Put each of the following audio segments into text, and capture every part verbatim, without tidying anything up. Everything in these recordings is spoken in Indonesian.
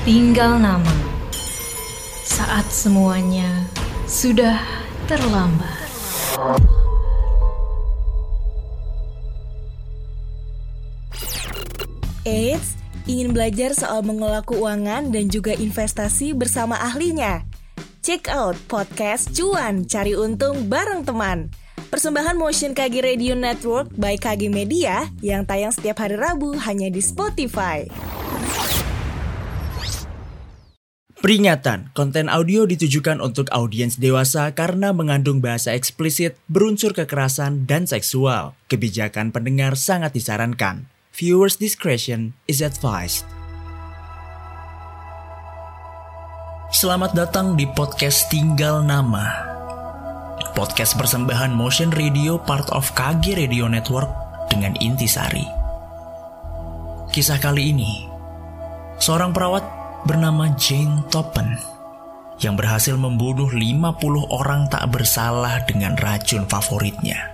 tinggal nama. Saat semuanya sudah terlambat. Eits, ingin belajar soal mengelola keuangan dan juga investasi bersama ahlinya? Check out podcast Cuan Cari Untung bareng teman. Persembahan Motion K G Radio Network by K G Media yang tayang setiap hari Rabu hanya di Spotify. Peringatan, konten audio ditujukan untuk audiens dewasa karena mengandung bahasa eksplisit, berunsur kekerasan, dan seksual. Kebijakan pendengar sangat disarankan. Viewers' discretion is advised. Selamat datang di podcast Tinggal Nama. Podcast persembahan Motion Radio part of K G Radio Network dengan intisari. Kisah kali ini, seorang perawat bernama Jane Toppen yang berhasil membunuh lima puluh orang tak bersalah dengan racun favoritnya.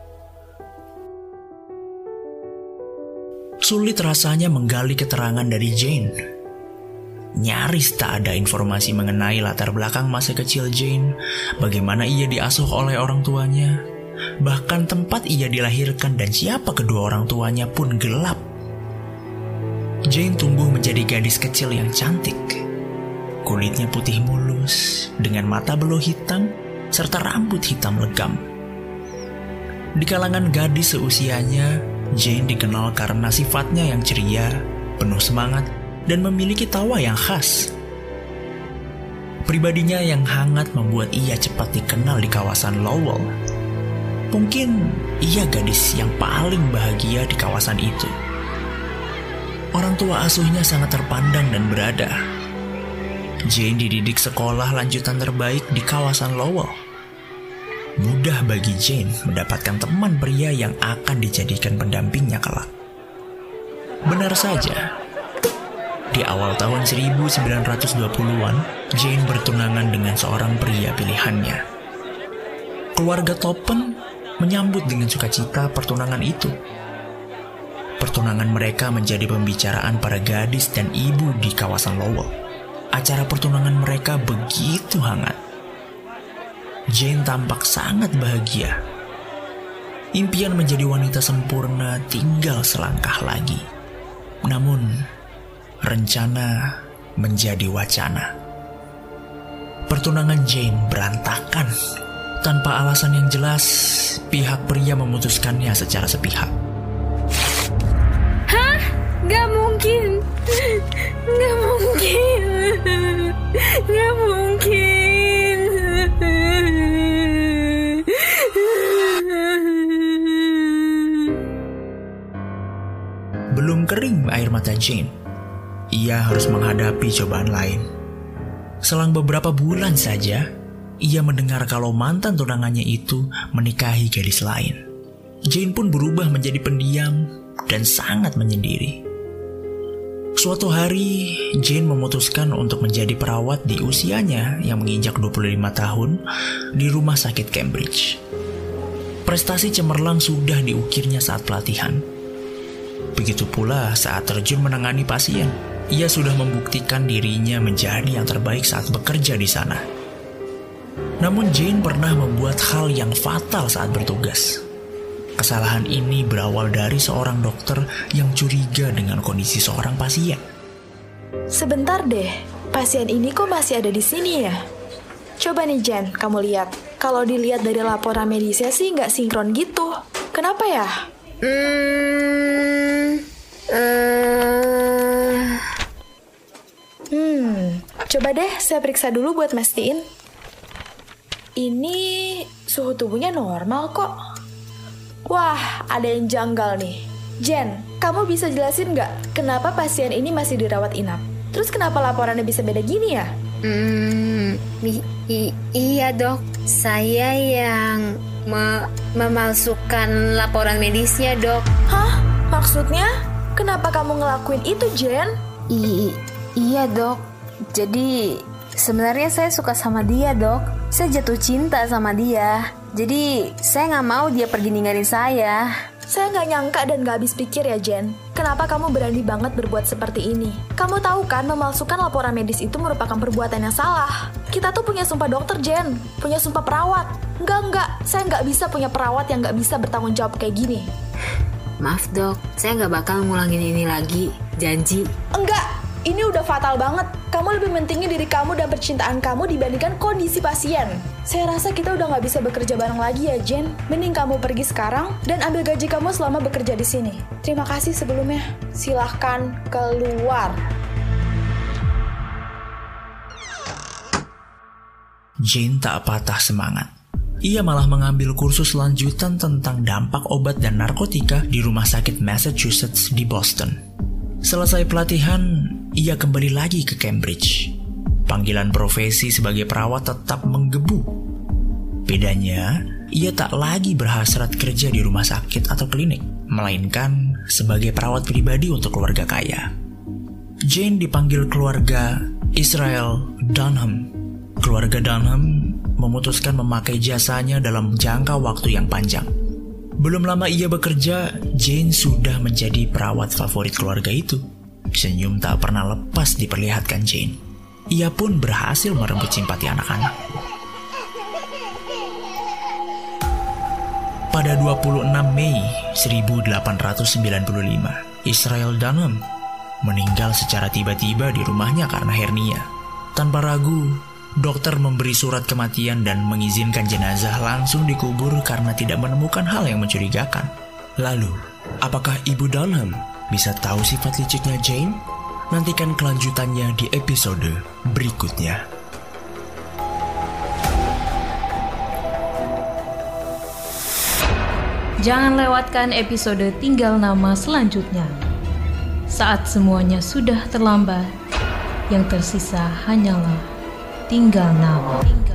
Sulit rasanya menggali keterangan dari Jane. Nyaris tak ada informasi mengenai latar belakang masa kecil Jane, bagaimana ia diasuh oleh orang tuanya, bahkan tempat ia dilahirkan dan siapa kedua orang tuanya pun gelap. Jane tumbuh menjadi gadis kecil yang cantik. Kulitnya putih mulus, dengan mata belau hitam, serta rambut hitam legam. Di kalangan gadis seusianya, Jane dikenal karena sifatnya yang ceria, penuh semangat, dan memiliki tawa yang khas. Pribadinya yang hangat membuat ia cepat dikenal di kawasan Lowell. Mungkin ia gadis yang paling bahagia di kawasan itu. Orang tua asuhnya sangat terpandang dan berada. Jane dididik sekolah lanjutan terbaik di kawasan Lowell. Mudah bagi Jane mendapatkan teman pria yang akan dijadikan pendampingnya kelak. Benar saja, di awal tahun seribu sembilan ratus dua puluhan, Jane bertunangan dengan seorang pria pilihannya. Keluarga Toppen menyambut dengan sukacita pertunangan itu. Pertunangan mereka menjadi pembicaraan para gadis dan ibu di kawasan Lowell. Acara pertunangan mereka begitu hangat. Jane tampak sangat bahagia. Impian menjadi wanita sempurna tinggal selangkah lagi. Namun, rencana menjadi wacana. Pertunangan Jane berantakan. Tanpa alasan yang jelas, pihak pria memutuskannya secara sepihak. Hah? Gak mungkin. Gak mungkin. Gak mungkin. Belum kering air mata Jane. Ia harus menghadapi cobaan lain. Selang beberapa bulan saja, ia mendengar kalau mantan tunangannya itu menikahi gadis lain. Jane pun berubah menjadi pendiam dan sangat menyendiri. Suatu hari, Jane memutuskan untuk menjadi perawat di usianya yang menginjak dua puluh lima tahun di rumah sakit Cambridge. Prestasi cemerlang sudah diukirnya saat pelatihan. Begitu pula saat terjun menangani pasien, ia sudah membuktikan dirinya menjadi yang terbaik saat bekerja di sana. Namun Jane pernah membuat hal yang fatal saat bertugas. Kesalahan ini berawal dari seorang dokter yang curiga dengan kondisi seorang pasien. Sebentar deh, pasien ini kok masih ada di sini ya? Coba nih Jen, kamu lihat. Kalau dilihat dari laporan medisnya sih nggak sinkron gitu. Kenapa ya? Hmm, uh... hmm, coba deh saya periksa dulu buat mastiin. Ini suhu tubuhnya normal kok. Wah, ada yang janggal nih. Jen, kamu bisa jelasin nggak kenapa pasien ini masih dirawat inap? Terus kenapa laporannya bisa beda gini ya? Hmm, i- i- iya dok, saya yang me- memalsukan laporan medisnya dok. Hah? Maksudnya? Kenapa kamu ngelakuin itu, Jen? I- iya dok, jadi sebenarnya saya suka sama dia dok. Saya jatuh cinta sama dia. Jadi saya gak mau dia pergi ninggalin saya. Saya nggak nyangka dan nggak habis pikir ya, Jen. kenapa kamu berani banget berbuat seperti ini. Kamu tahu kan, memalsukan laporan medis itu merupakan perbuatan yang salah. Kita tuh punya sumpah dokter, Jen. Punya sumpah perawat. Enggak, enggak. Saya nggak bisa punya perawat yang nggak bisa bertanggung jawab kayak gini. Maaf dok, saya nggak bakal ngulangin ini lagi. Janji. Enggak. Ini udah fatal banget. Kamu lebih mentingin diri kamu dan percintaan kamu dibandingkan kondisi pasien. Saya rasa kita udah nggak bisa bekerja bareng lagi ya, Jen. Mending kamu pergi sekarang dan ambil gaji kamu selama bekerja di sini. Terima kasih sebelumnya. Silahkan keluar. Jane tak patah semangat. Ia malah mengambil kursus lanjutan tentang dampak obat dan narkotika di Rumah Sakit Massachusetts di Boston. Selesai pelatihan, ia kembali lagi ke Cambridge. Panggilan profesi sebagai perawat tetap menggebu. Bedanya, ia tak lagi berhasrat kerja di rumah sakit atau klinik, melainkan sebagai perawat pribadi untuk keluarga kaya. Jane dipanggil keluarga Israel Dunham. Keluarga Dunham memutuskan memakai jasanya dalam jangka waktu yang panjang. Belum lama ia bekerja, Jane sudah menjadi perawat favorit keluarga itu. Senyum tak pernah lepas diperlihatkan Jane. Ia pun berhasil merebut simpati anak-anak. Pada dua puluh enam Mei seribu delapan ratus sembilan puluh lima, Israel Dunham meninggal secara tiba-tiba di rumahnya karena hernia. Tanpa ragu, dokter memberi surat kematian dan mengizinkan jenazah langsung dikubur karena tidak menemukan hal yang mencurigakan. Lalu, apakah Ibu Dunham bisa tahu sifat liciknya Jane? Nantikan kelanjutannya di episode berikutnya. Jangan lewatkan episode Tinggal Nama selanjutnya. Saat semuanya sudah terlambat, yang tersisa hanyalah tinggal nama.